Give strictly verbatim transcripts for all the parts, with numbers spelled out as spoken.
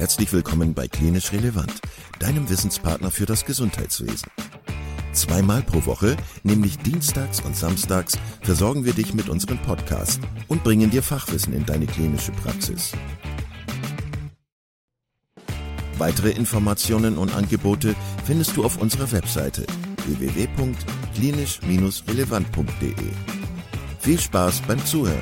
Herzlich willkommen bei Klinisch Relevant, deinem Wissenspartner für das Gesundheitswesen. Zweimal pro Woche, nämlich dienstags und samstags, versorgen wir dich mit unserem Podcast und bringen dir Fachwissen in deine klinische Praxis. Weitere Informationen und Angebote findest du auf unserer Webseite w w w punkt klinisch relevant punkt d e. Viel Spaß beim Zuhören.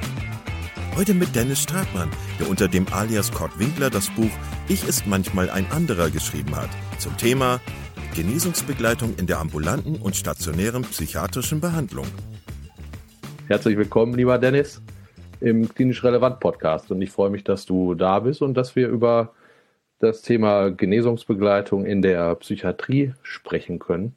Heute mit Dennis Stratmann, der unter dem Alias Kurt Winkler das Buch Ich ist manchmal ein anderer geschrieben hat, zum Thema Genesungsbegleitung in der ambulanten und stationären psychiatrischen Behandlung. Herzlich willkommen, lieber Dennis, im Klinisch Relevant Podcast. Und ich freue mich, dass du da bist und dass wir über das Thema Genesungsbegleitung in der Psychiatrie sprechen können.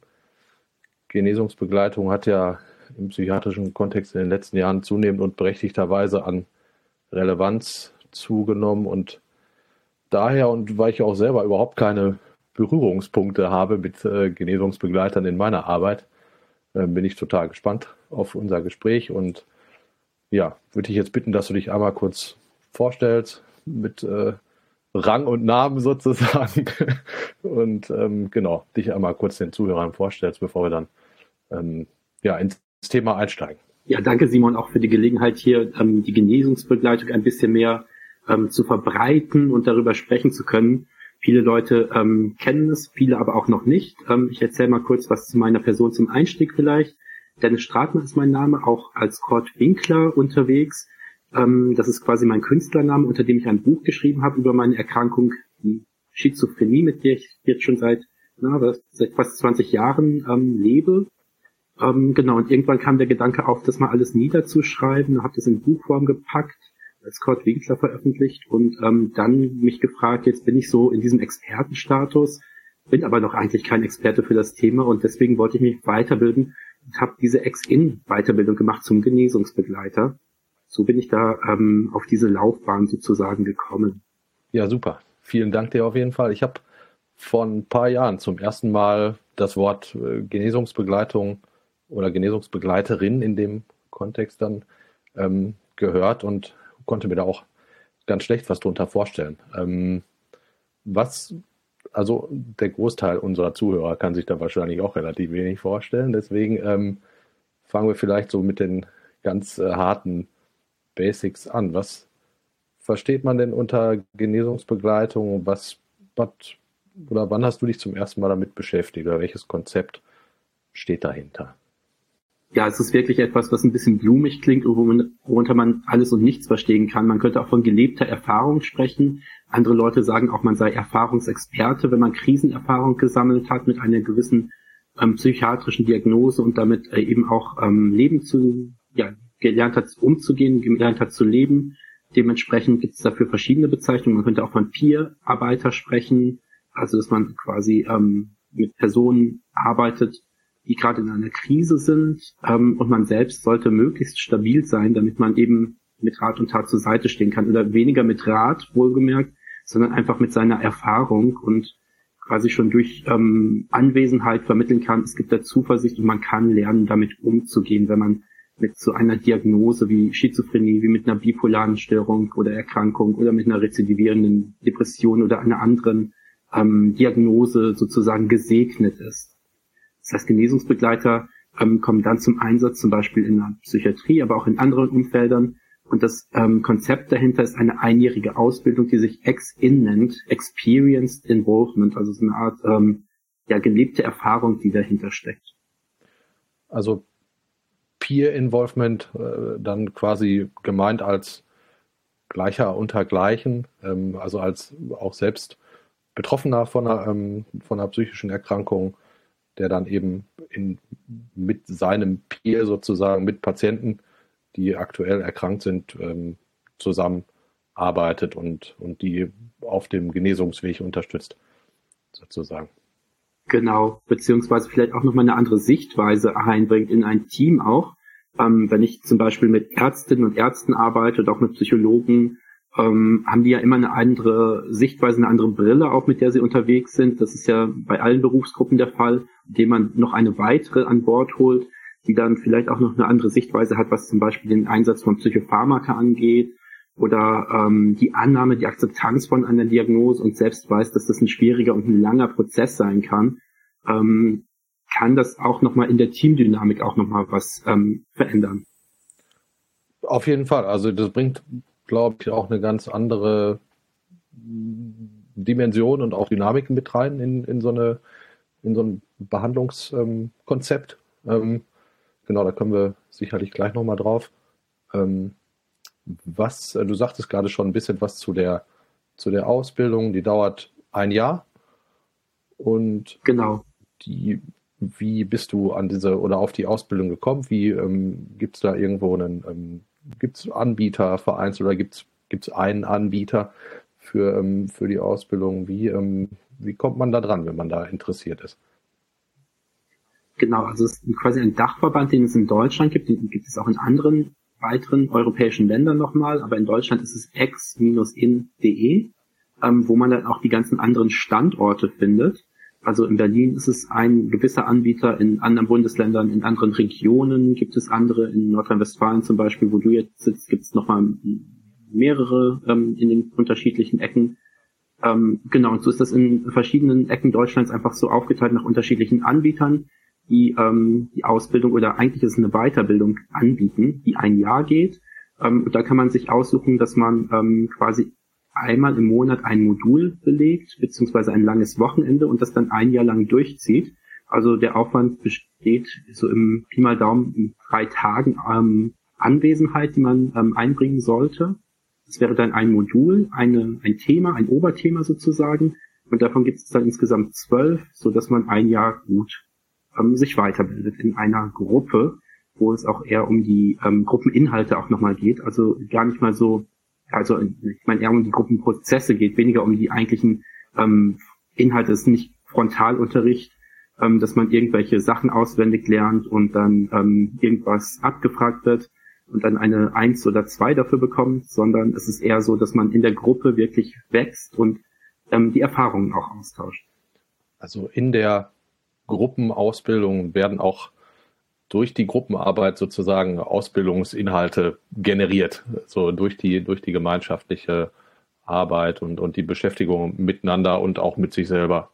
Genesungsbegleitung hat ja im psychiatrischen Kontext in den letzten Jahren zunehmend und berechtigterweise an Relevanz zugenommen, und daher, und weil ich auch selber überhaupt keine Berührungspunkte habe mit äh, Genesungsbegleitern in meiner Arbeit, äh, bin ich total gespannt auf unser Gespräch und ja, würde ich jetzt bitten, dass du dich einmal kurz vorstellst mit äh, Rang und Namen sozusagen und ähm, genau, dich einmal kurz den Zuhörern vorstellst, bevor wir dann ähm, ja, ins Thema einsteigen. Ja, danke Simon auch für die Gelegenheit hier, ähm, die Genesungsbegleitung ein bisschen mehr ähm, zu verbreiten und darüber sprechen zu können. Viele Leute ähm, kennen es, viele aber auch noch nicht. Ähm, ich erzähle mal kurz was zu meiner Person zum Einstieg vielleicht. Dennis Stratmann ist mein Name, auch als Kurt Winkler unterwegs. Ähm, das ist quasi mein Künstlername, unter dem ich ein Buch geschrieben habe über meine Erkrankung, die Schizophrenie, mit der ich jetzt schon seit, na, seit fast zwanzig Jahren ähm, lebe. Ähm, genau, und irgendwann kam der Gedanke auf, das mal alles niederzuschreiben, habe das in Buchform gepackt, als Kurt Winkler veröffentlicht und ähm, dann mich gefragt, jetzt bin ich so in diesem Expertenstatus, bin aber noch eigentlich kein Experte für das Thema und deswegen wollte ich mich weiterbilden und habe diese Ex-In-Weiterbildung gemacht zum Genesungsbegleiter. So bin ich da ähm, auf diese Laufbahn sozusagen gekommen. Ja, super. Vielen Dank dir auf jeden Fall. Ich habe vor ein paar Jahren zum ersten Mal das Wort äh, Genesungsbegleitung oder Genesungsbegleiterin in dem Kontext dann ähm, gehört und konnte mir da auch ganz schlecht was drunter vorstellen. Ähm, was, also der Großteil unserer Zuhörer kann sich da wahrscheinlich auch relativ wenig vorstellen, deswegen ähm, fangen wir vielleicht so mit den ganz äh, harten Basics an. Was versteht man denn unter Genesungsbegleitung? Was, was oder wann hast du dich zum ersten Mal damit beschäftigt oder welches Konzept steht dahinter? Ja, es ist wirklich etwas, was ein bisschen blumig klingt und worunter man alles und nichts verstehen kann. Man könnte auch von gelebter Erfahrung sprechen. Andere Leute sagen auch, man sei Erfahrungsexperte, wenn man Krisenerfahrung gesammelt hat mit einer gewissen ähm, psychiatrischen Diagnose und damit äh, eben auch ähm, Leben zu, ja, gelernt hat umzugehen, gelernt hat zu leben. Dementsprechend gibt es dafür verschiedene Bezeichnungen. Man könnte auch von Peer-Arbeiter sprechen, also dass man quasi ähm, mit Personen arbeitet, die gerade in einer Krise sind, ähm, und man selbst sollte möglichst stabil sein, damit man eben mit Rat und Tat zur Seite stehen kann. Oder weniger mit Rat, wohlgemerkt, sondern einfach mit seiner Erfahrung und quasi schon durch ähm, Anwesenheit vermitteln kann, es gibt da Zuversicht und man kann lernen, damit umzugehen, wenn man mit so einer Diagnose wie Schizophrenie, wie mit einer bipolaren Störung oder Erkrankung oder mit einer rezidivierenden Depression oder einer anderen ähm, Diagnose sozusagen gesegnet ist. Das heißt, Genesungsbegleiter ähm, kommen dann zum Einsatz, zum Beispiel in der Psychiatrie, aber auch in anderen Umfeldern. Und das ähm, Konzept dahinter ist eine einjährige Ausbildung, die sich Ex-In nennt, Experienced Involvement, also so eine Art ähm, ja, gelebte Erfahrung, die dahinter steckt. Also Peer Involvement, äh, dann quasi gemeint als Gleicher unter Gleichen, ähm, also als auch selbst Betroffener von einer, ähm, von einer psychischen Erkrankung, der dann eben in, mit seinem Peer sozusagen, mit Patienten, die aktuell erkrankt sind, ähm, zusammenarbeitet und, und die auf dem Genesungsweg unterstützt, sozusagen. Genau, beziehungsweise vielleicht auch nochmal eine andere Sichtweise einbringt in ein Team auch. Ähm, wenn ich zum Beispiel mit Ärztinnen und Ärzten arbeite oder auch mit Psychologen, ähm, haben die ja immer eine andere Sichtweise, eine andere Brille auch, mit der sie unterwegs sind. Das ist ja bei allen Berufsgruppen der Fall, indem man noch eine weitere an Bord holt, die dann vielleicht auch noch eine andere Sichtweise hat, was zum Beispiel den Einsatz von Psychopharmaka angeht oder ähm, die Annahme, die Akzeptanz von einer Diagnose und selbst weiß, dass das ein schwieriger und ein langer Prozess sein kann, ähm, kann das auch nochmal in der Teamdynamik auch nochmal was ähm, verändern. Auf jeden Fall. Also das bringt, glaube ich, auch eine ganz andere Dimension und auch Dynamik mit rein in, in so eine in so ein Behandlungskonzept. Ähm, ähm, genau, da kommen wir sicherlich gleich nochmal drauf. Ähm, was, äh, du sagtest gerade schon ein bisschen was zu der zu der Ausbildung, die dauert ein Jahr. Und genau. Die, wie bist du an diese oder auf die Ausbildung gekommen? Wie ähm, gibt es da irgendwo einen, ähm, gibt es Anbieter, Vereins oder gibt es einen Anbieter für, ähm, für die Ausbildung? Wie, ähm, wie kommt man da dran, wenn man da interessiert ist? Genau, also es ist quasi ein Dachverband, den es in Deutschland gibt, den gibt es auch in anderen weiteren europäischen Ländern nochmal, aber in Deutschland ist es ex in punkt de, ähm, wo man dann auch die ganzen anderen Standorte findet. Also in Berlin ist es ein gewisser Anbieter, in anderen Bundesländern, in anderen Regionen gibt es andere, in Nordrhein-Westfalen zum Beispiel, wo du jetzt sitzt, gibt es nochmal mehrere ähm, in den unterschiedlichen Ecken. Ähm, genau, und so ist das in verschiedenen Ecken Deutschlands einfach so aufgeteilt nach unterschiedlichen Anbietern, die ähm, die Ausbildung oder eigentlich ist es eine Weiterbildung anbieten, die ein Jahr geht. Ähm, und da kann man sich aussuchen, dass man ähm, quasi einmal im Monat ein Modul belegt, beziehungsweise ein langes Wochenende und das dann ein Jahr lang durchzieht. Also der Aufwand besteht so im Pi mal Daumen in drei Tagen ähm, Anwesenheit, die man ähm, einbringen sollte. Das wäre dann ein Modul, eine, ein Thema, ein Oberthema sozusagen. Und davon gibt es dann insgesamt zwölf, so dass man ein Jahr gut ähm, sich weiterbildet in einer Gruppe, wo es auch eher um die ähm, Gruppeninhalte auch nochmal geht. Also gar nicht mal so, also ich meine eher um die Gruppenprozesse geht, weniger um die eigentlichen ähm, Inhalte. Es ist nicht Frontalunterricht, ähm, dass man irgendwelche Sachen auswendig lernt und dann ähm, irgendwas abgefragt wird und dann eine Eins oder Zwei dafür bekommt, sondern es ist eher so, dass man in der Gruppe wirklich wächst und ähm, die Erfahrungen auch austauscht. Also in der Gruppenausbildung werden auch durch die Gruppenarbeit sozusagen Ausbildungsinhalte generiert, so durch die durch die gemeinschaftliche Arbeit und und die Beschäftigung miteinander und auch mit sich selber,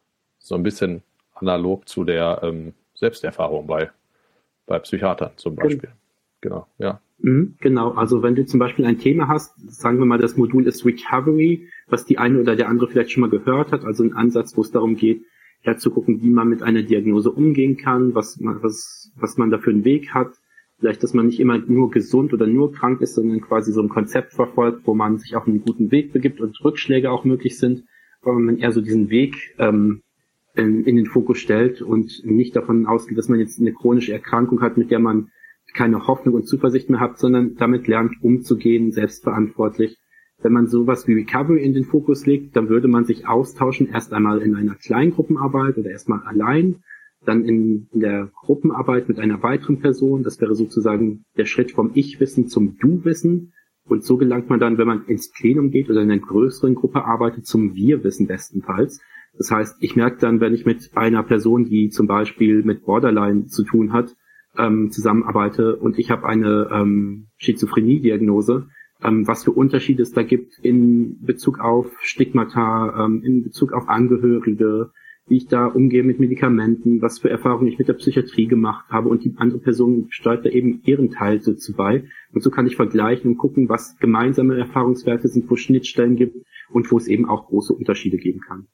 so ein bisschen analog zu der ähm, Selbsterfahrung bei bei Psychiatern zum Beispiel. Genau, ja. Mhm, genau, also wenn du zum Beispiel ein Thema hast, sagen wir mal, das Modul ist Recovery, was die eine oder der andere vielleicht schon mal gehört hat, also ein Ansatz, wo es darum geht, ja, zu gucken, wie man mit einer Diagnose umgehen kann, was man, was, was man da für einen Weg hat. Vielleicht, dass man nicht immer nur gesund oder nur krank ist, sondern quasi so ein Konzept verfolgt, wo man sich auf einen guten Weg begibt und Rückschläge auch möglich sind, weil man eher so diesen Weg ähm, in, in den Fokus stellt und nicht davon ausgeht, dass man jetzt eine chronische Erkrankung hat, mit der man keine Hoffnung und Zuversicht mehr hat, sondern damit lernt, umzugehen, selbstverantwortlich. Wenn man sowas wie Recovery in den Fokus legt, dann würde man sich austauschen, erst einmal in einer Kleingruppenarbeit oder erstmal allein, dann in, in der Gruppenarbeit mit einer weiteren Person. Das wäre sozusagen der Schritt vom Ich-Wissen zum Du-Wissen. Und so gelangt man dann, wenn man ins Plenum geht oder in einer größeren Gruppe arbeitet, zum Wir-Wissen bestenfalls. Das heißt, ich merke dann, wenn ich mit einer Person, die zum Beispiel mit Borderline zu tun hat, ähm, zusammenarbeite und ich habe eine ähm, Schizophrenie-Diagnose, ähm, was für Unterschiede es da gibt in Bezug auf Stigmata, ähm, in Bezug auf Angehörige, wie ich da umgehe mit Medikamenten, was für Erfahrungen ich mit der Psychiatrie gemacht habe und die andere Person steuert da eben ihren Teil dazu bei. Und so kann ich vergleichen und gucken, was gemeinsame Erfahrungswerte sind, wo es Schnittstellen gibt und wo es eben auch große Unterschiede geben kann.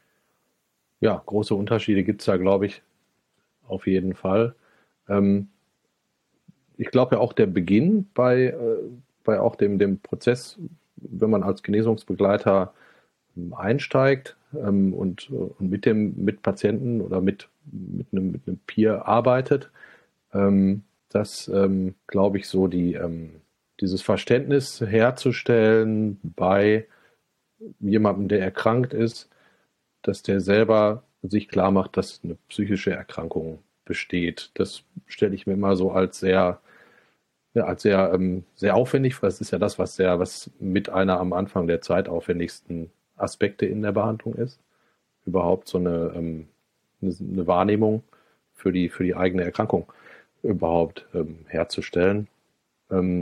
Ja, große Unterschiede gibt es da, glaube ich, auf jeden Fall. Ähm, ich glaube ja auch der Beginn bei, äh, bei auch dem, dem Prozess, wenn man als Genesungsbegleiter ähm, einsteigt ähm, und, und mit dem mit Patienten oder mit, mit, einem, mit einem Peer arbeitet, ähm, dass, ähm, glaube ich, so die, ähm, dieses Verständnis herzustellen bei jemandem, der erkrankt ist, dass der selber sich klar macht, dass eine psychische Erkrankung besteht. Das stelle ich mir immer so als sehr, ja, als sehr, ähm, sehr aufwendig vor. Das ist ja das, was sehr, was mit einer am Anfang der Zeit aufwendigsten Aspekte in der Behandlung ist. Überhaupt so eine, ähm, eine, eine Wahrnehmung für die, für die eigene Erkrankung überhaupt ähm, herzustellen. Ähm,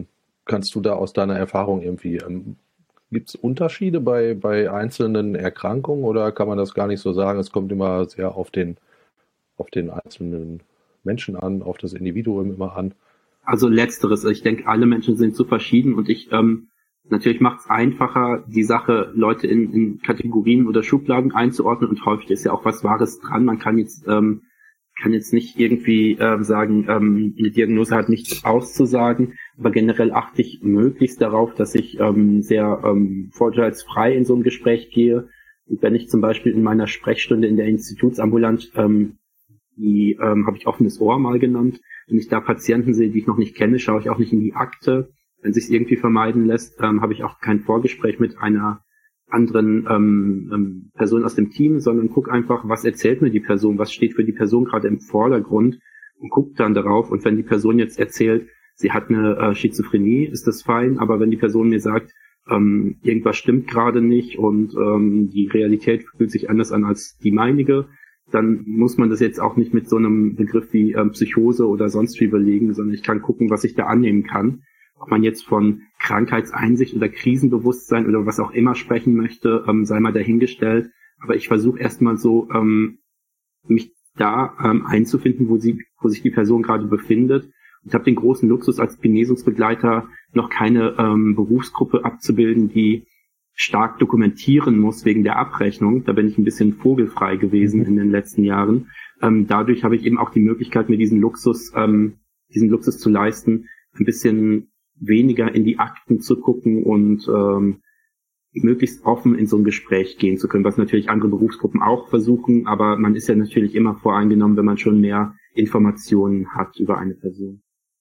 kannst du da aus deiner Erfahrung irgendwie, ähm, gibt es Unterschiede bei, bei einzelnen Erkrankungen oder kann man das gar nicht so sagen? Es kommt immer sehr auf den, auf den einzelnen Menschen an, auf das Individuum immer an. Also letzteres, ich denke, alle Menschen sind so verschieden und ich, ähm, natürlich macht es einfacher, die Sache Leute in, in Kategorien oder Schubladen einzuordnen und häufig ist ja auch was Wahres dran. Man kann jetzt, ähm, kann jetzt nicht irgendwie ähm, sagen, ähm, eine Diagnose hat nichts auszusagen, aber generell achte ich möglichst darauf, dass ich ähm, sehr ähm, vorurteilsfrei in so ein Gespräch gehe. Und wenn ich zum Beispiel in meiner Sprechstunde in der Institutsambulant, ähm, die ähm, habe ich offenes Ohr mal genannt, wenn ich da Patienten sehe, die ich noch nicht kenne, schaue ich auch nicht in die Akte. Wenn es sich irgendwie vermeiden lässt, ähm, habe ich auch kein Vorgespräch mit einer anderen ähm, ähm, Person aus dem Team, sondern guck einfach, was erzählt mir die Person, was steht für die Person gerade im Vordergrund und guck dann darauf. Und wenn die Person jetzt erzählt, sie hat eine äh, Schizophrenie, ist das fein. Aber wenn die Person mir sagt, ähm, irgendwas stimmt gerade nicht und ähm, die Realität fühlt sich anders an als die meinige, dann muss man das jetzt auch nicht mit so einem Begriff wie ähm, Psychose oder sonst wie belegen, sondern ich kann gucken, was ich da annehmen kann. Ob man jetzt von Krankheitseinsicht oder Krisenbewusstsein oder was auch immer sprechen möchte, ähm, sei mal dahingestellt. Aber ich versuche erstmal so, ähm, mich da ähm, einzufinden, wo sie, wo sich die Person gerade befindet. Ich habe den großen Luxus als Genesungsbegleiter noch keine ähm, Berufsgruppe abzubilden, die stark dokumentieren muss wegen der Abrechnung. Da bin ich ein bisschen vogelfrei gewesen mhm. in den letzten Jahren. Ähm, dadurch habe ich eben auch die Möglichkeit, mir diesen Luxus, ähm, diesen Luxus zu leisten, ein bisschen weniger in die Akten zu gucken und ähm, möglichst offen in so ein Gespräch gehen zu können, was natürlich andere Berufsgruppen auch versuchen, aber man ist ja natürlich immer voreingenommen, wenn man schon mehr Informationen hat über eine Person.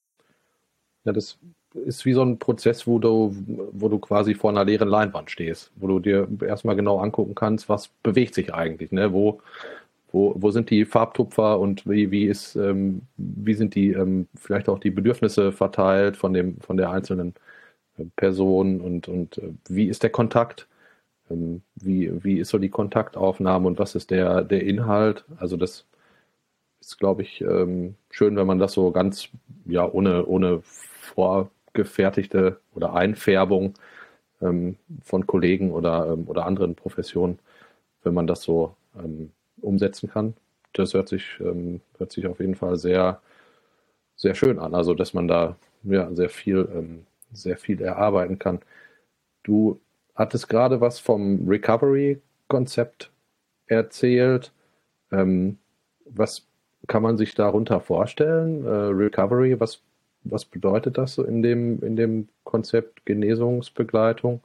Ja, das ist wie so ein Prozess, wo du, wo du quasi vor einer leeren Leinwand stehst, wo du dir erstmal genau angucken kannst, was bewegt sich eigentlich, ne? Wo, wo, wo sind die Farbtupfer und wie, wie ist, ähm, wie sind die ähm, vielleicht auch die Bedürfnisse verteilt von dem, von der einzelnen äh, Person und, und äh, wie ist der Kontakt? Ähm, wie, wie ist so die Kontaktaufnahme und was ist der, der Inhalt? Also das ist, glaube ich, ähm, schön, wenn man das so ganz, ja, ohne, ohne vorgefertigte oder Einfärbung ähm, von Kollegen oder, ähm, oder anderen Professionen, wenn man das so ähm, umsetzen kann. Das hört sich, ähm, hört sich auf jeden Fall sehr, sehr schön an. Also, dass man da ja, sehr viel, ähm, sehr viel erarbeiten kann. Du hattest gerade was vom Recovery-Konzept erzählt. Ähm, was kann man sich darunter vorstellen? Äh, Recovery, was, was bedeutet das so in dem, in dem Konzept Genesungsbegleitung?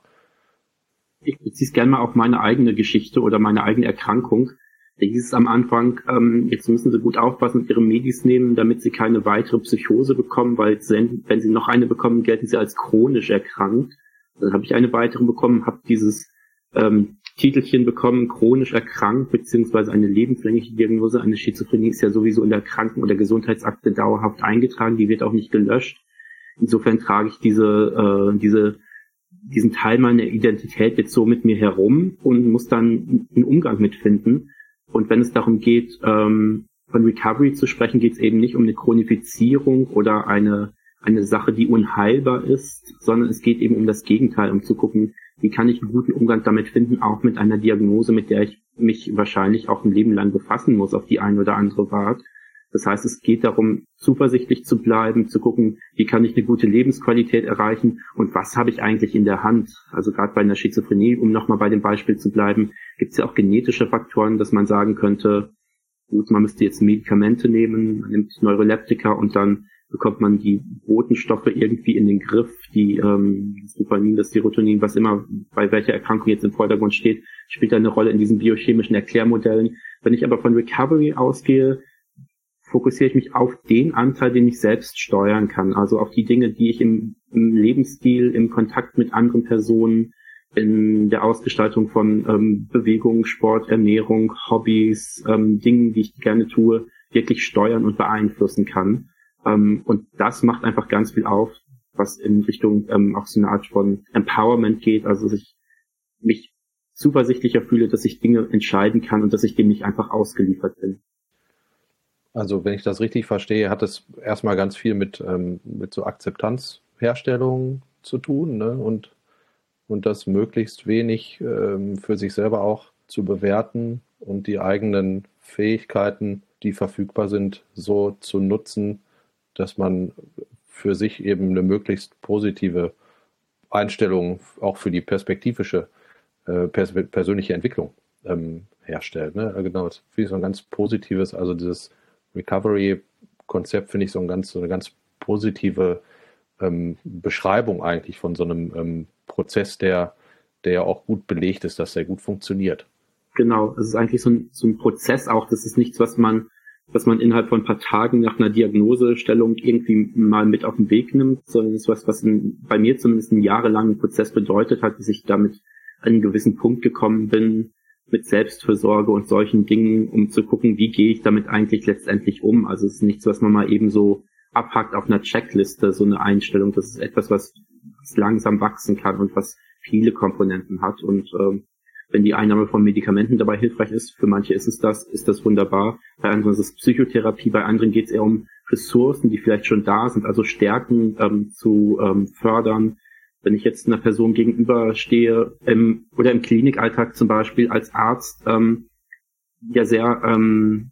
Ich beziehe es gerne mal auf meine eigene Geschichte oder meine eigene Erkrankung. Da hieß es am Anfang, ähm, jetzt müssen Sie gut aufpassen und Ihre Medis nehmen, damit Sie keine weitere Psychose bekommen, weil wenn Sie noch eine bekommen, gelten Sie als chronisch erkrankt. Dann habe ich eine weitere bekommen, habe dieses ähm, Titelchen bekommen, chronisch erkrankt, beziehungsweise eine lebenslängliche Diagnose. Eine Schizophrenie ist ja sowieso in der Kranken- oder Gesundheitsakte dauerhaft eingetragen, die wird auch nicht gelöscht. Insofern trage ich diese, äh, diese, diesen Teil meiner Identität jetzt so mit mir herum und muss dann einen Umgang mitfinden. Und wenn es darum geht, ähm, von Recovery zu sprechen, geht es eben nicht um eine Chronifizierung oder eine eine Sache, die unheilbar ist, sondern es geht eben um das Gegenteil, um zu gucken, wie kann ich einen guten Umgang damit finden, auch mit einer Diagnose, mit der ich mich wahrscheinlich auch ein Leben lang befassen muss, auf die eine oder andere Art. Das heißt, es geht darum, zuversichtlich zu bleiben, zu gucken, wie kann ich eine gute Lebensqualität erreichen und was habe ich eigentlich in der Hand. Also gerade bei einer Schizophrenie, um nochmal bei dem Beispiel zu bleiben, gibt es ja auch genetische Faktoren, dass man sagen könnte, gut, man müsste jetzt Medikamente nehmen, man nimmt Neuroleptika und dann bekommt man die roten Stoffe irgendwie in den Griff, die ähm, das Dopamin, das Serotonin, was immer bei welcher Erkrankung jetzt im Vordergrund steht, spielt da eine Rolle in diesen biochemischen Erklärmodellen. Wenn ich aber von Recovery ausgehe, fokussiere ich mich auf den Anteil, den ich selbst steuern kann, also auf die Dinge, die ich im, im Lebensstil, im Kontakt mit anderen Personen, in der Ausgestaltung von ähm, Bewegung, Sport, Ernährung, Hobbys, ähm, Dingen, die ich gerne tue, wirklich steuern und beeinflussen kann. Um, und das macht einfach ganz viel auf, was in Richtung ähm, auch so eine Art von Empowerment geht, also dass ich mich zuversichtlicher fühle, dass ich Dinge entscheiden kann und dass ich dem nicht einfach ausgeliefert bin. Also wenn ich das richtig verstehe, hat es erstmal ganz viel mit, ähm, mit so Akzeptanzherstellung zu tun, ne? und, und das möglichst wenig ähm, für sich selber auch zu bewerten und die eigenen Fähigkeiten, die verfügbar sind, so zu nutzen, dass man für sich eben eine möglichst positive Einstellung auch für die perspektivische äh, pers persönliche Entwicklung ähm, herstellt. Ne? Genau, das finde ich so ein ganz positives, also dieses Recovery-Konzept finde ich so, ein ganz, so eine ganz positive ähm, Beschreibung eigentlich von so einem ähm, Prozess, der, der ja auch gut belegt ist, dass der gut funktioniert. Genau, es ist eigentlich so ein, so ein Prozess auch, das ist nichts, was man, was man innerhalb von ein paar Tagen nach einer Diagnosestellung irgendwie mal mit auf den Weg nimmt, sondern es ist was, was in, bei mir zumindest einen jahrelangen Prozess bedeutet hat, dass ich damit an einen gewissen Punkt gekommen bin, mit Selbstfürsorge und solchen Dingen, um zu gucken, wie gehe ich damit eigentlich letztendlich um. Also es ist nichts, was man mal eben so abhackt auf einer Checkliste, so eine Einstellung. Das ist etwas, was, was langsam wachsen kann und was viele Komponenten hat. Und ähm, wenn die Einnahme von Medikamenten dabei hilfreich ist, für manche ist es das, ist das wunderbar. Bei anderen ist es Psychotherapie, bei anderen geht es eher um Ressourcen, die vielleicht schon da sind, also Stärken ähm, zu ähm, fördern. Wenn ich jetzt einer Person gegenüberstehe, im, oder im Klinikalltag zum Beispiel als Arzt, ähm, ja sehr, ähm,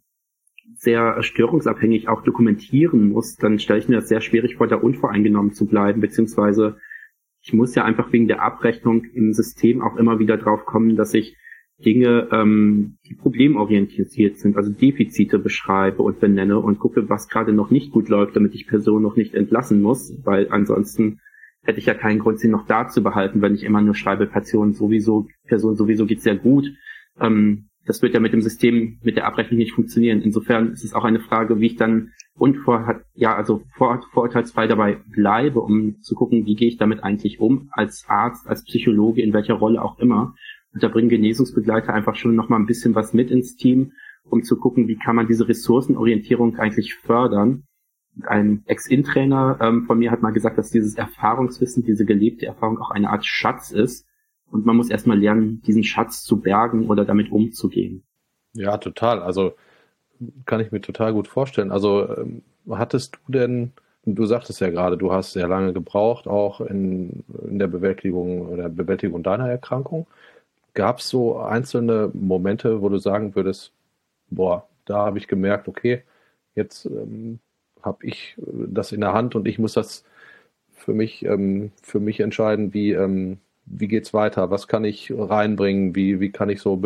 sehr störungsabhängig auch dokumentieren muss, dann stelle ich mir das sehr schwierig vor, da unvoreingenommen zu bleiben, beziehungsweise ich muss ja einfach wegen der Abrechnung im System auch immer wieder drauf kommen, dass ich Dinge, ähm, die problemorientiert sind, also Defizite beschreibe und benenne und gucke, was gerade noch nicht gut läuft, damit ich Personen noch nicht entlassen muss, weil ansonsten hätte ich ja keinen Grund, sie noch da zu behalten, wenn ich immer nur schreibe, Person sowieso, Person sowieso geht's sehr gut. Ähm, das wird ja mit dem System, mit der Abrechnung nicht funktionieren. Insofern ist es auch eine Frage, wie ich dann unvor, ja, also vor, vorurteilsfrei dabei bleibe, um zu gucken, wie gehe ich damit eigentlich um, als Arzt, als Psychologe, in welcher Rolle auch immer. Und da bringen Genesungsbegleiter einfach schon noch mal ein bisschen was mit ins Team, um zu gucken, wie kann man diese Ressourcenorientierung eigentlich fördern. Ein Ex-In-Trainer ähm, von mir hat mal gesagt, dass dieses Erfahrungswissen, diese gelebte Erfahrung auch eine Art Schatz ist. Und man muss erstmal lernen, diesen Schatz zu bergen oder damit umzugehen. Ja, total. Also kann ich mir total gut vorstellen. Also ähm, hattest du denn, du sagtest ja gerade, du hast sehr lange gebraucht, auch in, in der Bewältigung oder Bewältigung deiner Erkrankung. Gab es so einzelne Momente, wo du sagen würdest, boah, da habe ich gemerkt, okay, jetzt ähm, habe ich das in der Hand und ich muss das für mich, ähm, für mich entscheiden, wie, ähm, wie geht's weiter, was kann ich reinbringen, wie, wie kann ich so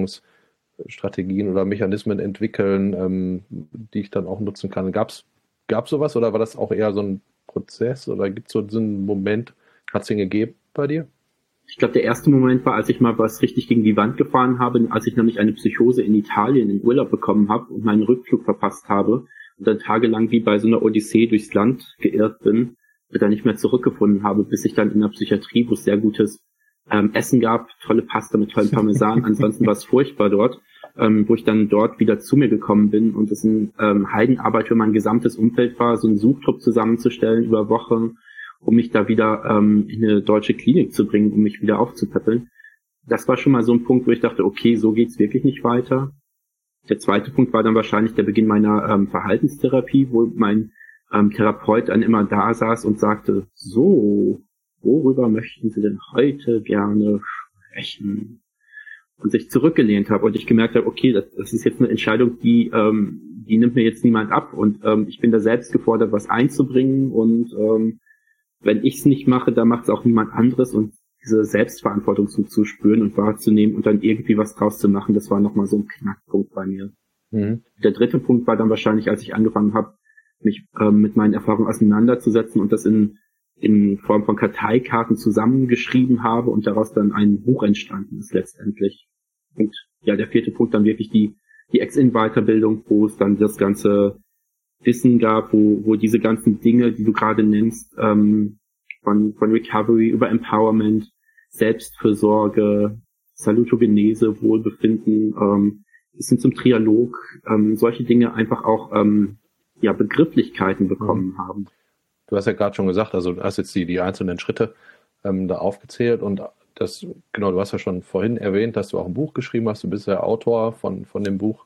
Bewältigungsstrategien oder Mechanismen entwickeln, ähm, die ich dann auch nutzen kann. Gab's, gab's sowas oder war das auch eher so ein Prozess oder gibt es so einen Moment, hat es den gegeben bei dir? Ich glaube, der erste Moment war, als ich mal was richtig gegen die Wand gefahren habe, als ich nämlich eine Psychose in Italien in Urlaub bekommen habe und meinen Rückflug verpasst habe und dann tagelang wie bei so einer Odyssee durchs Land geirrt bin und dann nicht mehr zurückgefunden habe, bis ich dann in der Psychiatrie, wo es sehr gutes ähm, Essen gab, tolle Pasta mit tollem Parmesan, ansonsten war es furchtbar dort, ähm, wo ich dann dort wieder zu mir gekommen bin und es eine ähm, Heidenarbeit für mein gesamtes Umfeld war, so einen Suchtrupp zusammenzustellen über Wochen, um mich da wieder ähm, in eine deutsche Klinik zu bringen, um mich wieder aufzupäppeln. Das war schon mal so ein Punkt, wo ich dachte, okay, so geht's wirklich nicht weiter. Der zweite Punkt war dann wahrscheinlich der Beginn meiner ähm, Verhaltenstherapie, wo mein ähm, Therapeut dann immer da saß und sagte, so, worüber möchten Sie denn heute gerne sprechen? Und sich zurückgelehnt habe und ich gemerkt habe, okay, das, das ist jetzt eine Entscheidung, die ähm, die nimmt mir jetzt niemand ab und ähm, ich bin da selbst gefordert, was einzubringen und ähm, wenn ich es nicht mache, dann macht es auch niemand anderes und diese Selbstverantwortung zu, zu spüren und wahrzunehmen und dann irgendwie was draus zu machen, das war nochmal so ein Knackpunkt bei mir. Mhm. Der dritte Punkt war dann wahrscheinlich, als ich angefangen habe, mich ähm, mit meinen Erfahrungen auseinanderzusetzen und das in, in Form von Karteikarten zusammengeschrieben habe und daraus dann ein Buch entstanden ist letztendlich. Und ja, der vierte Punkt dann wirklich die, die Ex-In-Weiterbildung, wo es dann das ganze Wissen gab, wo, wo diese ganzen Dinge, die du gerade nennst, ähm, von, von Recovery über Empowerment, Selbstfürsorge, Salutogenese, Wohlbefinden, ähm, bis hin zum Trialog, ähm, solche Dinge einfach auch ähm, ja Begrifflichkeiten bekommen mhm. haben. Du hast ja gerade schon gesagt, also du hast jetzt die, die einzelnen Schritte ähm, da aufgezählt und das, genau, du hast ja schon vorhin erwähnt, dass du auch ein Buch geschrieben hast, du bist ja Autor von, von dem Buch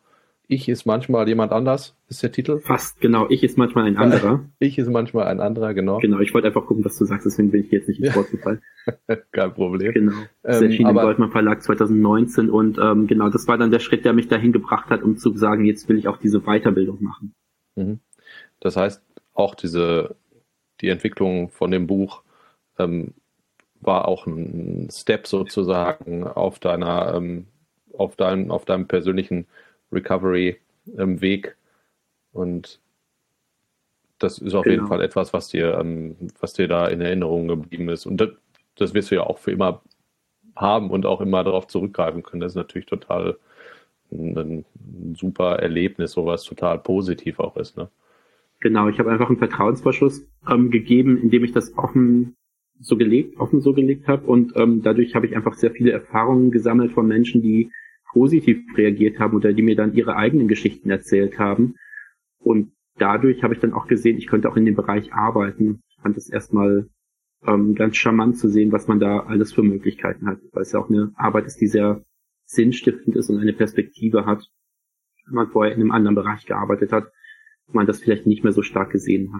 Ich ist manchmal jemand anders, ist der Titel. Fast, genau. Ich ist manchmal ein anderer. Ich ist manchmal ein anderer, genau. Genau, ich wollte einfach gucken, was du sagst, deswegen bin ich jetzt nicht ins Wort gefallen. Kein Problem. Genau. Das Ähm, erschien im aber- Goldmann Verlag zwanzig neunzehn und ähm, genau, das war dann der Schritt, der mich dahin gebracht hat, um zu sagen, jetzt will ich auch diese Weiterbildung machen. Mhm. Das heißt, auch diese, die Entwicklung von dem Buch ähm, war auch ein Step sozusagen auf deiner, ähm, auf deinem, auf deinem persönlichen Recovery-Weg. Und das ist auf Genau. jeden Fall etwas, was dir, ähm, was dir da in Erinnerung geblieben ist. Und das, das wirst du ja auch für immer haben und auch immer darauf zurückgreifen können. Das ist natürlich total ein, ein super Erlebnis, sowas total positiv auch ist, ne? Genau, ich habe einfach einen Vertrauensvorschuss ähm, gegeben, indem ich das offen so gelebt, offen so gelegt habe und ähm, dadurch habe ich einfach sehr viele Erfahrungen gesammelt von Menschen, die positiv reagiert haben oder die mir dann ihre eigenen Geschichten erzählt haben. Und dadurch habe ich dann auch gesehen, ich könnte auch in dem Bereich arbeiten. Ich fand es erstmal ähm, ganz charmant zu sehen, was man da alles für Möglichkeiten hat, weil es ja auch eine Arbeit ist, die sehr sinnstiftend ist und eine Perspektive hat, wenn man vorher in einem anderen Bereich gearbeitet hat, wo man das vielleicht nicht mehr so stark gesehen hat.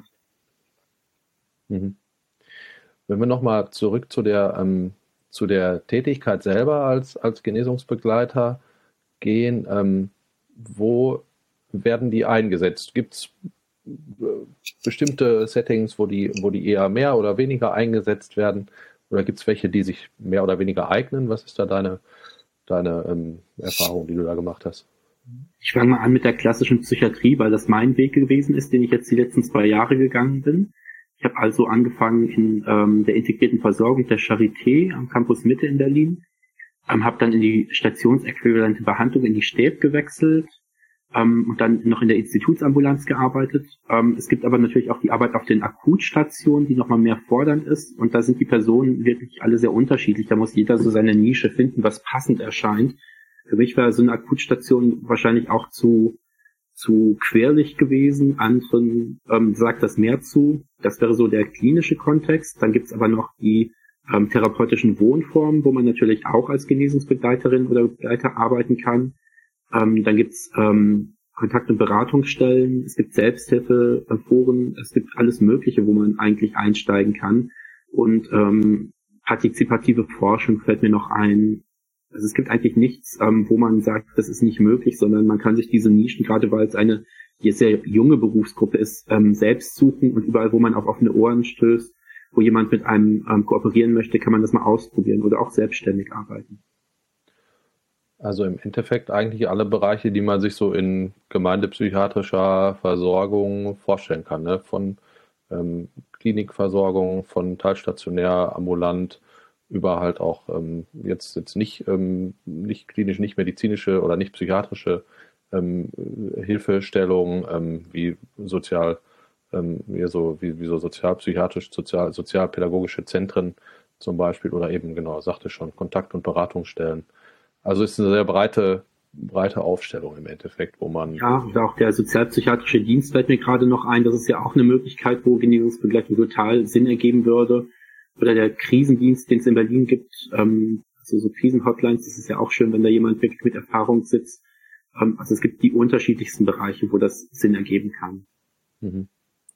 Mhm. Wenn wir nochmal zurück zu der, ähm, zu der Tätigkeit selber als, als Genesungsbegleiter gehen, ähm, wo werden die eingesetzt? Gibt es äh, bestimmte Settings, wo die, wo die eher mehr oder weniger eingesetzt werden? Oder gibt es welche, die sich mehr oder weniger eignen? Was ist da deine, deine ähm, Erfahrung, die du da gemacht hast? Ich fange mal an mit der klassischen Psychiatrie, weil das mein Weg gewesen ist, den ich jetzt die letzten zwei Jahre gegangen bin. Ich habe also angefangen in ähm, der integrierten Versorgung der Charité am Campus Mitte in Berlin, ähm, habe dann in die stationsäquivalente Behandlung in die Stäb gewechselt ähm, und dann noch in der Institutsambulanz gearbeitet. Ähm, es gibt aber natürlich auch die Arbeit auf den Akutstationen, die nochmal mehr fordernd ist und da sind die Personen wirklich alle sehr unterschiedlich. Da muss jeder so seine Nische finden, was passend erscheint. Für mich war so eine Akutstation wahrscheinlich auch zu zu querlich gewesen, anderen ähm, sagt das mehr zu. Das wäre so der klinische Kontext. Dann gibt's aber noch die ähm, therapeutischen Wohnformen, wo man natürlich auch als Genesungsbegleiterin oder Begleiter arbeiten kann. Ähm, dann gibt's ähm, Kontakt- und Beratungsstellen, es gibt Selbsthilfeforen, es gibt alles Mögliche, wo man eigentlich einsteigen kann. Und ähm, partizipative Forschung fällt mir noch ein. Also es gibt eigentlich nichts, ähm, wo man sagt, das ist nicht möglich, sondern man kann sich diese Nischen, gerade weil es eine sehr junge Berufsgruppe ist, ähm, selbst suchen und überall, wo man auf offene Ohren stößt, wo jemand mit einem ähm, kooperieren möchte, kann man das mal ausprobieren oder auch selbstständig arbeiten. Also im Endeffekt eigentlich alle Bereiche, die man sich so in gemeindepsychiatrischer Versorgung vorstellen kann, ne? Von ähm, Klinikversorgung, von teilstationär, ambulant, über halt auch ähm, jetzt jetzt nicht ähm, nicht klinisch, nicht medizinische oder nicht psychiatrische ähm, Hilfestellungen ähm, wie sozial ähm, wie so wie, wie so sozialpsychiatrisch sozial sozialpädagogische Zentren zum Beispiel oder eben genau sagte schon Kontakt- und Beratungsstellen. Also es ist eine sehr breite breite Aufstellung im Endeffekt, wo man ja und auch der sozialpsychiatrische Dienst fällt mir gerade noch ein. Das ist ja auch eine Möglichkeit, wo Genesungsbegleitung total Sinn ergeben würde. Oder der Krisendienst, den es in Berlin gibt, ähm, also so Krisenhotlines, das ist ja auch schön, wenn da jemand wirklich mit Erfahrung sitzt. Ähm, also es gibt die unterschiedlichsten Bereiche, wo das Sinn ergeben kann. Mhm.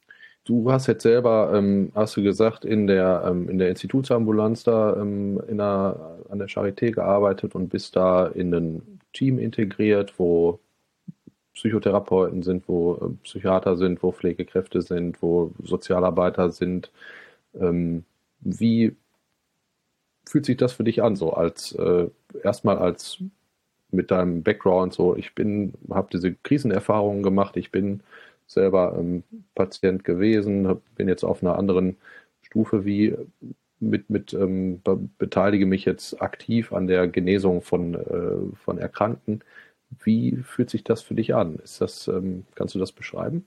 Du hast jetzt selber, ähm, hast du gesagt, in der ähm, in der Institutsambulanz da ähm, in der, an der Charité gearbeitet und bist da in ein Team integriert, wo Psychotherapeuten sind, wo äh, Psychiater sind, wo Pflegekräfte sind, wo Sozialarbeiter sind. Ähm, Wie fühlt sich das für dich an, so als äh, erstmal als mit deinem Background, so ich bin, habe diese Krisenerfahrungen gemacht, ich bin selber ähm, Patient gewesen, hab, bin jetzt auf einer anderen Stufe, wie mit, mit ähm, be beteilige mich jetzt aktiv an der Genesung von, äh, von Erkrankten. Wie fühlt sich das für dich an? Ist das, ähm, kannst du das beschreiben?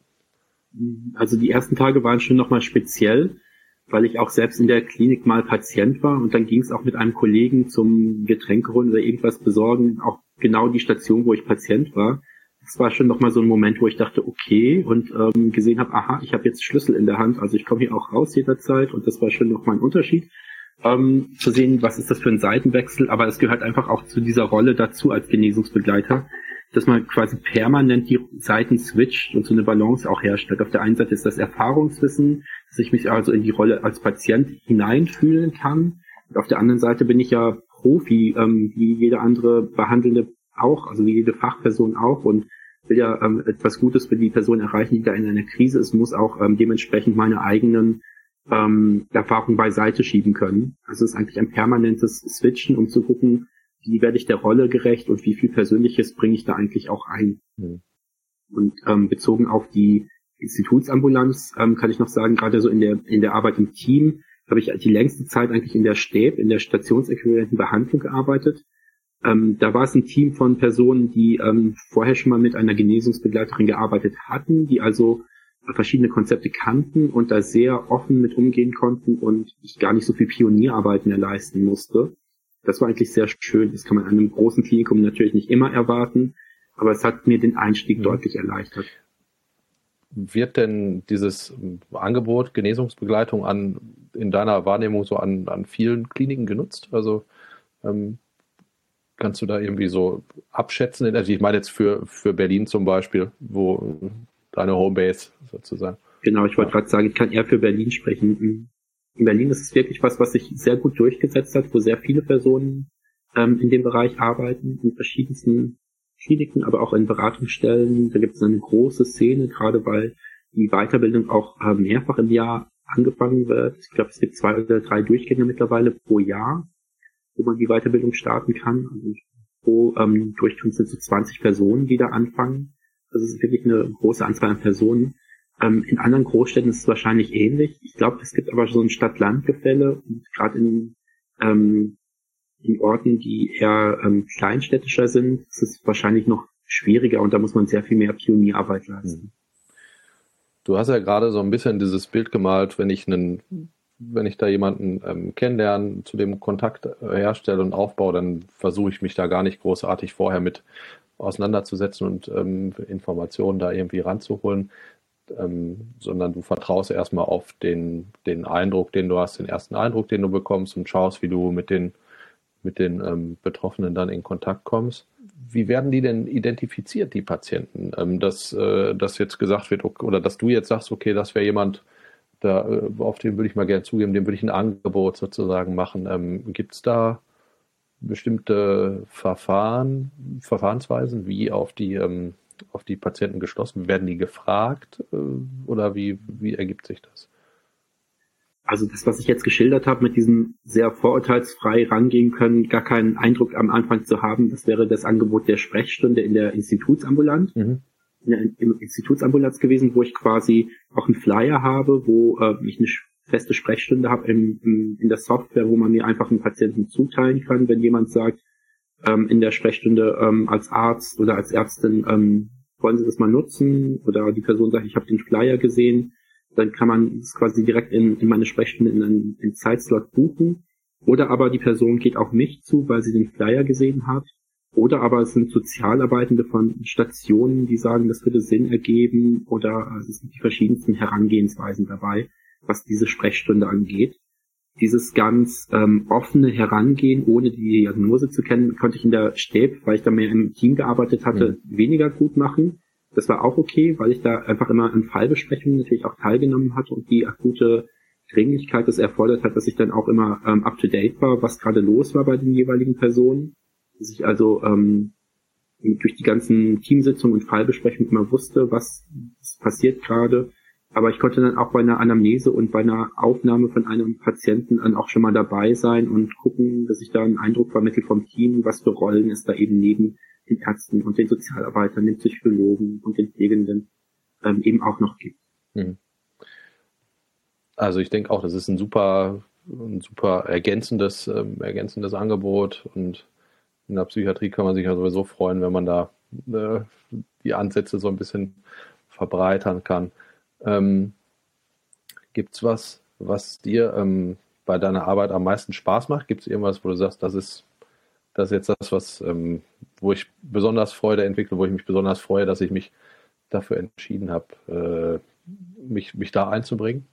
Also die ersten Tage waren schon nochmal speziell, weil ich auch selbst in der Klinik mal Patient war und dann ging es auch mit einem Kollegen zum Getränke holen oder irgendwas besorgen, auch genau die Station, wo ich Patient war. Das war schon nochmal so ein Moment, wo ich dachte, okay, und ähm, gesehen habe, aha, ich habe jetzt Schlüssel in der Hand, also ich komme hier auch raus jederzeit und das war schon nochmal ein Unterschied. Ähm, zu sehen, was ist das für ein Seitenwechsel, aber es gehört einfach auch zu dieser Rolle dazu als Genesungsbegleiter, dass man quasi permanent die Seiten switcht und so eine Balance auch herstellt. Auf der einen Seite ist das Erfahrungswissen, dass ich mich also in die Rolle als Patient hineinfühlen kann. Und auf der anderen Seite bin ich ja Profi, ähm, wie jede andere Behandelnde auch, also wie jede Fachperson auch, und will ja ähm, etwas Gutes für die Person erreichen, die da in einer Krise ist, muss auch ähm, dementsprechend meine eigenen ähm, Erfahrungen beiseite schieben können. Also es ist eigentlich ein permanentes Switchen, um zu gucken, wie werde ich der Rolle gerecht und wie viel Persönliches bringe ich da eigentlich auch ein. Mhm. Und ähm, bezogen auf die Institutsambulanz ähm, kann ich noch sagen, gerade so in der in der Arbeit im Team habe ich die längste Zeit eigentlich in der Stäb, in der stationsäquivalenten Behandlung gearbeitet. Ähm, da war es ein Team von Personen, die ähm, vorher schon mal mit einer Genesungsbegleiterin gearbeitet hatten, die also verschiedene Konzepte kannten und da sehr offen mit umgehen konnten und ich gar nicht so viel Pionierarbeit mehr leisten musste. Das war eigentlich sehr schön. Das kann man an einem großen Klinikum natürlich nicht immer erwarten, aber es hat mir den Einstieg mhm. deutlich erleichtert. Wird denn dieses Angebot Genesungsbegleitung an in deiner Wahrnehmung so an, an vielen Kliniken genutzt? Also ähm, kannst du da irgendwie so abschätzen? Also ich meine jetzt für, für Berlin zum Beispiel, wo deine Homebase sozusagen. Genau, ich wollte ja. gerade sagen, ich kann eher für Berlin sprechen. In Berlin ist es wirklich was, was sich sehr gut durchgesetzt hat, wo sehr viele Personen ähm, in dem Bereich arbeiten, in verschiedensten Kliniken, aber auch in Beratungsstellen. Da gibt es eine große Szene, gerade weil die Weiterbildung auch äh, mehrfach im Jahr angefangen wird. Ich glaube, es gibt zwei oder drei Durchgänge mittlerweile pro Jahr, wo man die Weiterbildung starten kann. Also pro ähm, Durchgang sind so zwanzig Personen, die da anfangen. Das ist wirklich eine große Anzahl an Personen. Ähm, in anderen Großstädten ist es wahrscheinlich ähnlich. Ich glaube, es gibt aber so ein Stadt-Land-Gefälle und gerade in, ähm, in Orten, die eher ähm, kleinstädtischer sind, ist es wahrscheinlich noch schwieriger und da muss man sehr viel mehr Pionierarbeit leisten. Du hast ja gerade so ein bisschen dieses Bild gemalt, wenn ich einen, wenn ich da jemanden ähm, kennenlerne, zu dem Kontakt äh, herstelle und aufbaue, dann versuche ich mich da gar nicht großartig vorher mit auseinanderzusetzen und ähm, Informationen da irgendwie ranzuholen, ähm, sondern du vertraust erstmal auf den, den Eindruck, den du hast, den ersten Eindruck, den du bekommst und schaust, wie du mit den, mit den ähm, Betroffenen dann in Kontakt kommst. Wie werden die denn identifiziert, die Patienten? Ähm, dass, äh, dass jetzt gesagt wird, okay, oder dass du jetzt sagst, okay, das wäre jemand, da, äh, auf den würde ich mal gerne zugeben, dem würde ich ein Angebot sozusagen machen. Ähm, gibt es da bestimmte Verfahren, Verfahrensweisen, wie auf die, ähm, auf die Patienten geschlossen? Werden die gefragt äh, oder wie, wie ergibt sich das? Also das, was ich jetzt geschildert habe, mit diesem sehr vorurteilsfrei rangehen können, gar keinen Eindruck am Anfang zu haben, das wäre das Angebot der Sprechstunde in der Institutsambulanz, mhm. in der im Institutsambulanz gewesen, wo ich quasi auch einen Flyer habe, wo äh, ich eine feste Sprechstunde habe in, in, in der Software, wo man mir einfach einen Patienten zuteilen kann, wenn jemand sagt, ähm, in der Sprechstunde ähm, als Arzt oder als Ärztin, ähm, wollen Sie das mal nutzen? Oder die Person sagt, ich habe den Flyer gesehen, dann kann man es quasi direkt in, in meine Sprechstunde in einen, in einen Zeitslot buchen. Oder aber die Person geht auf mich zu, weil sie den Flyer gesehen hat. Oder aber es sind Sozialarbeitende von Stationen, die sagen, das würde Sinn ergeben. Oder also es sind die verschiedensten Herangehensweisen dabei, was diese Sprechstunde angeht. Dieses ganz ähm, offene Herangehen, ohne die Diagnose zu kennen, konnte ich in der Stäb, weil ich da mehr im Team gearbeitet hatte, mhm. weniger gut machen. Das war auch okay, weil ich da einfach immer an Fallbesprechungen natürlich auch teilgenommen hatte und die akute Dringlichkeit das erfordert hat, dass ich dann auch immer ähm, up-to-date war, was gerade los war bei den jeweiligen Personen. Dass ich also ähm, durch die ganzen Teamsitzungen und Fallbesprechungen immer wusste, was, was passiert gerade. Aber ich konnte dann auch bei einer Anamnese und bei einer Aufnahme von einem Patienten dann auch schon mal dabei sein und gucken, dass ich da einen Eindruck vermittle vom Team, was für Rollen es da eben neben den Ärzten und den Sozialarbeitern, den Psychologen und den Pflegenden ähm, eben auch noch gibt. Also ich denke auch, das ist ein super, ein super ergänzendes, ähm, ergänzendes Angebot und in der Psychiatrie kann man sich ja sowieso freuen, wenn man da äh, die Ansätze so ein bisschen verbreitern kann. Ähm, gibt's was, was dir ähm, bei deiner Arbeit am meisten Spaß macht? Gibt es irgendwas, wo du sagst, das ist das ist jetzt das, was, ähm, wo ich besonders Freude entwickle, wo ich mich besonders freue, dass ich mich dafür entschieden habe, äh, mich, mich da einzubringen?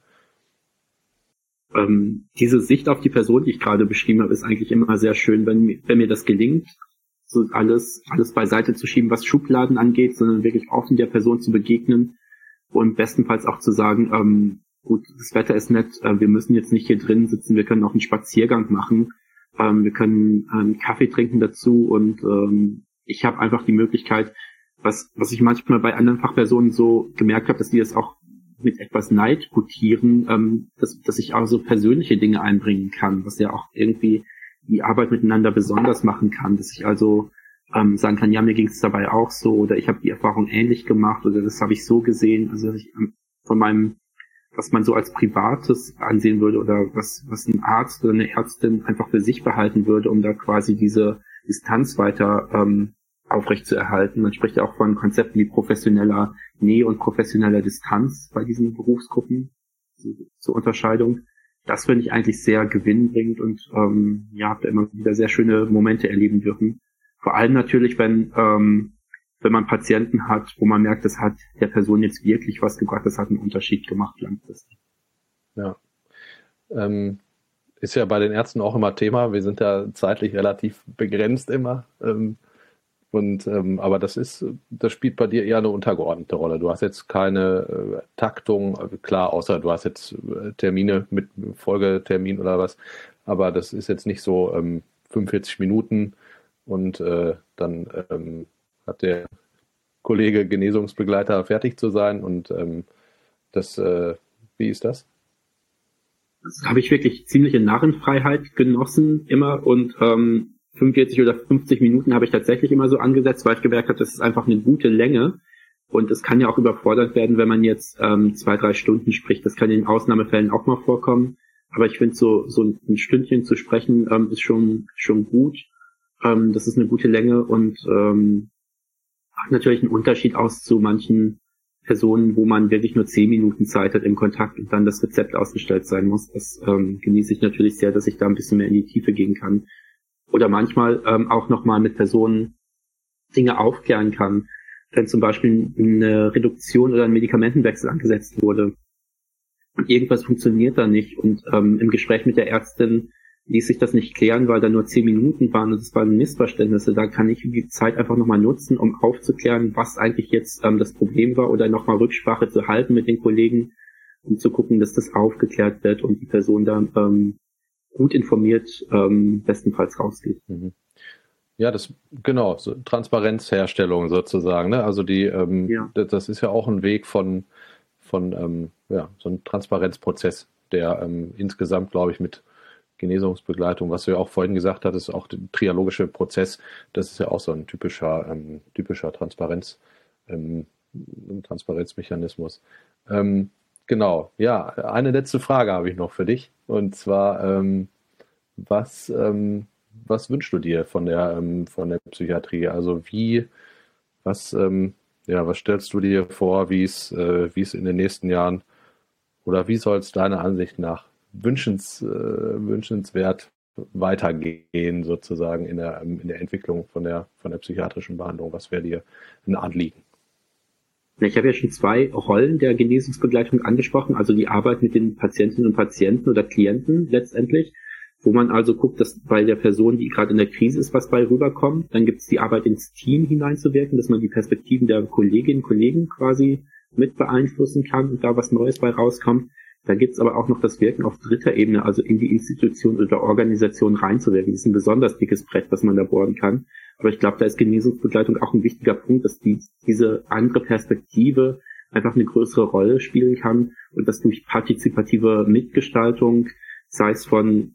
Ähm, diese Sicht auf die Person, die ich gerade beschrieben habe, ist eigentlich immer sehr schön, wenn, wenn mir das gelingt, so alles, alles beiseite zu schieben, was Schubladen angeht, sondern wirklich offen der Person zu begegnen und bestenfalls auch zu sagen, ähm, gut, das Wetter ist nett, äh, wir müssen jetzt nicht hier drin sitzen, wir können auch einen Spaziergang machen, ähm, wir können einen Kaffee trinken dazu und ähm, ich habe einfach die Möglichkeit, was was ich manchmal bei anderen Fachpersonen so gemerkt habe, dass die das auch mit etwas Neid gutieren, ähm, dass, dass ich auch so persönliche Dinge einbringen kann, was ja auch irgendwie die Arbeit miteinander besonders machen kann, dass ich also ähm, sagen kann, ja, mir ging es dabei auch so oder ich habe die Erfahrung ähnlich gemacht oder das habe ich so gesehen, also dass ich ähm, von meinem, was man so als Privates ansehen würde oder was was ein Arzt oder eine Ärztin einfach für sich behalten würde, um da quasi diese Distanz weiter ähm, aufrecht zu erhalten. Man spricht ja auch von Konzepten wie professioneller Nähe und professioneller Distanz bei diesen Berufsgruppen zur, zur Unterscheidung. Das finde ich eigentlich sehr gewinnbringend und ähm, ja, habe da immer wieder sehr schöne Momente erleben dürfen. Vor allem natürlich, wenn ähm, wenn man Patienten hat, wo man merkt, das hat der Person jetzt wirklich was gebracht, das hat einen Unterschied gemacht langfristig. Ja, ähm, ist ja bei den Ärzten auch immer Thema. Wir sind ja zeitlich relativ begrenzt immer. Ähm, Und ähm, aber das ist, das spielt bei dir eher eine untergeordnete Rolle. Du hast jetzt keine äh, Taktung, klar, außer du hast jetzt äh, Termine mit Folgetermin oder was, aber das ist jetzt nicht so ähm, fünfundvierzig Minuten und äh, dann ähm, hat der Kollege Genesungsbegleiter fertig zu sein und ähm, das, äh, wie ist das? Das habe ich wirklich ziemliche Narrenfreiheit genossen immer und ähm, fünfundvierzig oder fünfzig Minuten habe ich tatsächlich immer so angesetzt, weil ich gemerkt habe, das ist einfach eine gute Länge und es kann ja auch überfordert werden, wenn man jetzt ähm, zwei, drei Stunden spricht. Das kann in Ausnahmefällen auch mal vorkommen, aber ich finde so so ein Stündchen zu sprechen ähm, ist schon schon gut. Ähm, das ist eine gute Länge und ähm, hat natürlich einen Unterschied aus zu manchen Personen, wo man wirklich nur zehn Minuten Zeit hat im Kontakt und dann das Rezept ausgestellt sein muss. Das ähm, genieße ich natürlich sehr, dass ich da ein bisschen mehr in die Tiefe gehen kann. Oder manchmal ähm, auch nochmal mit Personen Dinge aufklären kann. Wenn zum Beispiel eine Reduktion oder ein Medikamentenwechsel angesetzt wurde und irgendwas funktioniert da nicht und ähm, im Gespräch mit der Ärztin ließ sich das nicht klären, weil da nur zehn Minuten waren und es waren Missverständnisse. Da kann ich die Zeit einfach nochmal nutzen, um aufzuklären, was eigentlich jetzt ähm, das Problem war oder nochmal Rücksprache zu halten mit den Kollegen, um zu gucken, dass das aufgeklärt wird und die Person da ähm, gut informiert ähm, bestenfalls rausgeht. Ja, das genau, so Transparenzherstellung sozusagen, ne? Also die, ähm, ja. das ist ja auch ein Weg von von ähm, ja, so ein Transparenzprozess, der ähm, insgesamt, glaube ich, mit Genesungsbegleitung, was du ja auch vorhin gesagt hattest, auch der trialogische Prozess, das ist ja auch so ein typischer ähm, typischer Transparenz ähm, Transparenzmechanismus. Ähm, Genau, ja, eine letzte Frage habe ich noch für dich. Und zwar, ähm, was, ähm, was wünschst du dir von der, ähm, von der Psychiatrie? Also wie, was, ähm, ja, was stellst du dir vor, wie es, äh, wie es in den nächsten Jahren oder wie soll es deiner Ansicht nach wünschens, äh, wünschenswert weitergehen sozusagen in der, in der Entwicklung von der, von der psychiatrischen Behandlung? Was wäre dir ein Anliegen? Ich habe ja schon zwei Rollen der Genesungsbegleitung angesprochen, also die Arbeit mit den Patientinnen und Patienten oder Klienten letztendlich, wo man also guckt, dass bei der Person, die gerade in der Krise ist, was bei rüberkommt. Dann gibt es die Arbeit ins Team hineinzuwirken, dass man die Perspektiven der Kolleginnen und Kollegen quasi mit beeinflussen kann und da was Neues bei rauskommt. Da gibt es aber auch noch das Wirken auf dritter Ebene, also in die Institution oder Organisation reinzuwirken. Das ist ein besonders dickes Brett, was man da bohren kann. Aber ich glaube, da ist Genesungsbegleitung auch ein wichtiger Punkt, dass die, diese andere Perspektive einfach eine größere Rolle spielen kann und dass durch partizipative Mitgestaltung, sei es von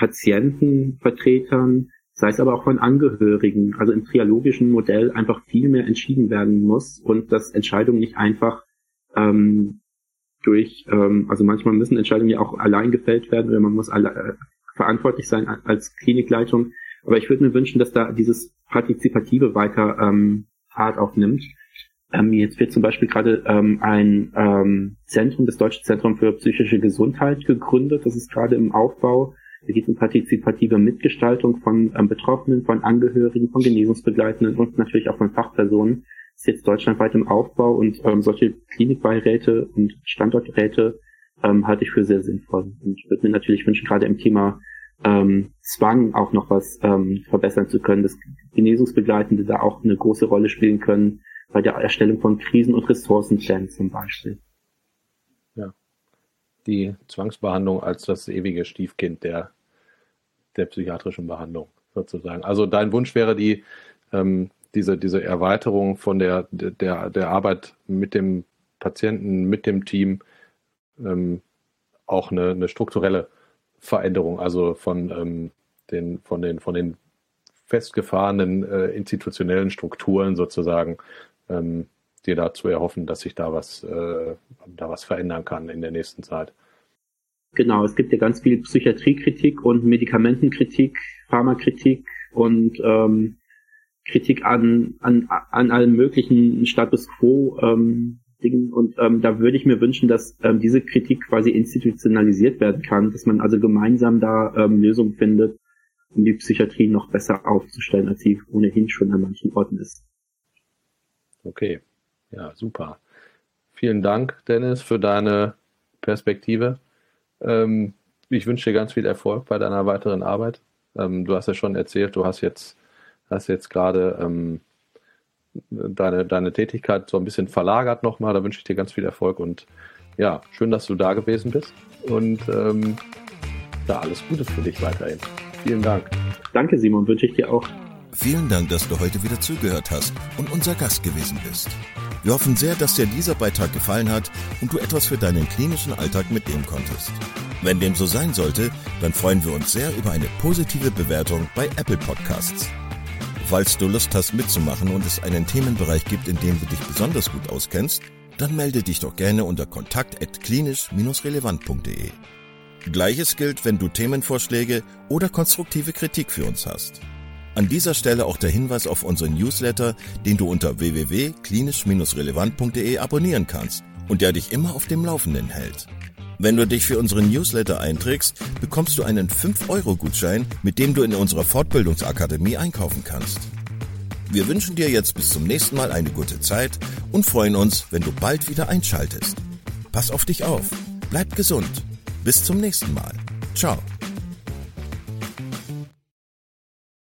Patientenvertretern, sei es aber auch von Angehörigen, also im triologischen Modell einfach viel mehr entschieden werden muss und dass Entscheidungen nicht einfach ähm, durch, ähm, also manchmal müssen Entscheidungen ja auch allein gefällt werden oder man muss alle, äh, verantwortlich sein als Klinikleitung. Aber ich würde mir wünschen, dass da dieses Partizipative weiter ähm, Fahrt aufnimmt. Ähm, jetzt wird zum Beispiel gerade ähm, ein ähm, Zentrum, das Deutsche Zentrum für psychische Gesundheit, gegründet. Das ist gerade im Aufbau. Da geht es um partizipative Mitgestaltung von ähm, Betroffenen, von Angehörigen, von Genesungsbegleitenden und natürlich auch von Fachpersonen. Das ist jetzt deutschlandweit im Aufbau und ähm, solche Klinikbeiräte und Standorträte ähm, halte ich für sehr sinnvoll. Und ich würde mir natürlich wünschen, gerade im Thema ähm, Zwang auch noch was ähm, verbessern zu können, dass Genesungsbegleitende da auch eine große Rolle spielen können, bei der Erstellung von Krisen- und Ressourcenplänen zum Beispiel. Ja, die Zwangsbehandlung als das ewige Stiefkind der, der psychiatrischen Behandlung sozusagen. Also dein Wunsch wäre die ähm, diese, diese Erweiterung von der, der, der Arbeit mit dem Patienten, mit dem Team, ähm, auch eine, eine strukturelle Veränderung, also von, ähm, den, von, den, von den festgefahrenen äh, institutionellen Strukturen sozusagen, ähm, dir dazu erhoffen, dass sich da was, äh, da was verändern kann in der nächsten Zeit. Genau, es gibt ja ganz viel Psychiatriekritik und Medikamentenkritik, Pharmakritik und ähm, Kritik an, an, an allen möglichen Status Quo ähm, Dingen. Und ähm, da würde ich mir wünschen, dass ähm, diese Kritik quasi institutionalisiert werden kann, dass man also gemeinsam da ähm, Lösungen findet, um die Psychiatrie noch besser aufzustellen, als sie ohnehin schon an manchen Orten ist. Okay, ja, super. Vielen Dank, Dennis, für deine Perspektive. Ähm, ich wünsche dir ganz viel Erfolg bei deiner weiteren Arbeit. Ähm, du hast ja schon erzählt, du hast jetzt, hast jetzt gerade ähm, deine, deine Tätigkeit so ein bisschen verlagert nochmal. Da wünsche ich dir ganz viel Erfolg und ja, schön, dass du da gewesen bist und ähm, ja, alles Gute für dich weiterhin. Vielen Dank. Danke, Simon, wünsche ich dir auch. Vielen Dank, dass du heute wieder zugehört hast und unser Gast gewesen bist. Wir hoffen sehr, dass dir dieser Beitrag gefallen hat und du etwas für deinen klinischen Alltag mitnehmen konntest. Wenn dem so sein sollte, dann freuen wir uns sehr über eine positive Bewertung bei Apple Podcasts. Falls du Lust hast mitzumachen und es einen Themenbereich gibt, in dem du dich besonders gut auskennst, dann melde dich doch gerne unter kontakt at klinisch Bindestrich relevant punkt de. Gleiches gilt, wenn du Themenvorschläge oder konstruktive Kritik für uns hast. An dieser Stelle auch der Hinweis auf unseren Newsletter, den du unter w w w punkt klinisch Bindestrich relevant punkt de abonnieren kannst und der dich immer auf dem Laufenden hält. Wenn du dich für unseren Newsletter einträgst, bekommst du einen fünf Euro Gutschein, mit dem du in unserer Fortbildungsakademie einkaufen kannst. Wir wünschen dir jetzt bis zum nächsten Mal eine gute Zeit und freuen uns, wenn du bald wieder einschaltest. Pass auf dich auf, bleib gesund. Bis zum nächsten Mal. Ciao.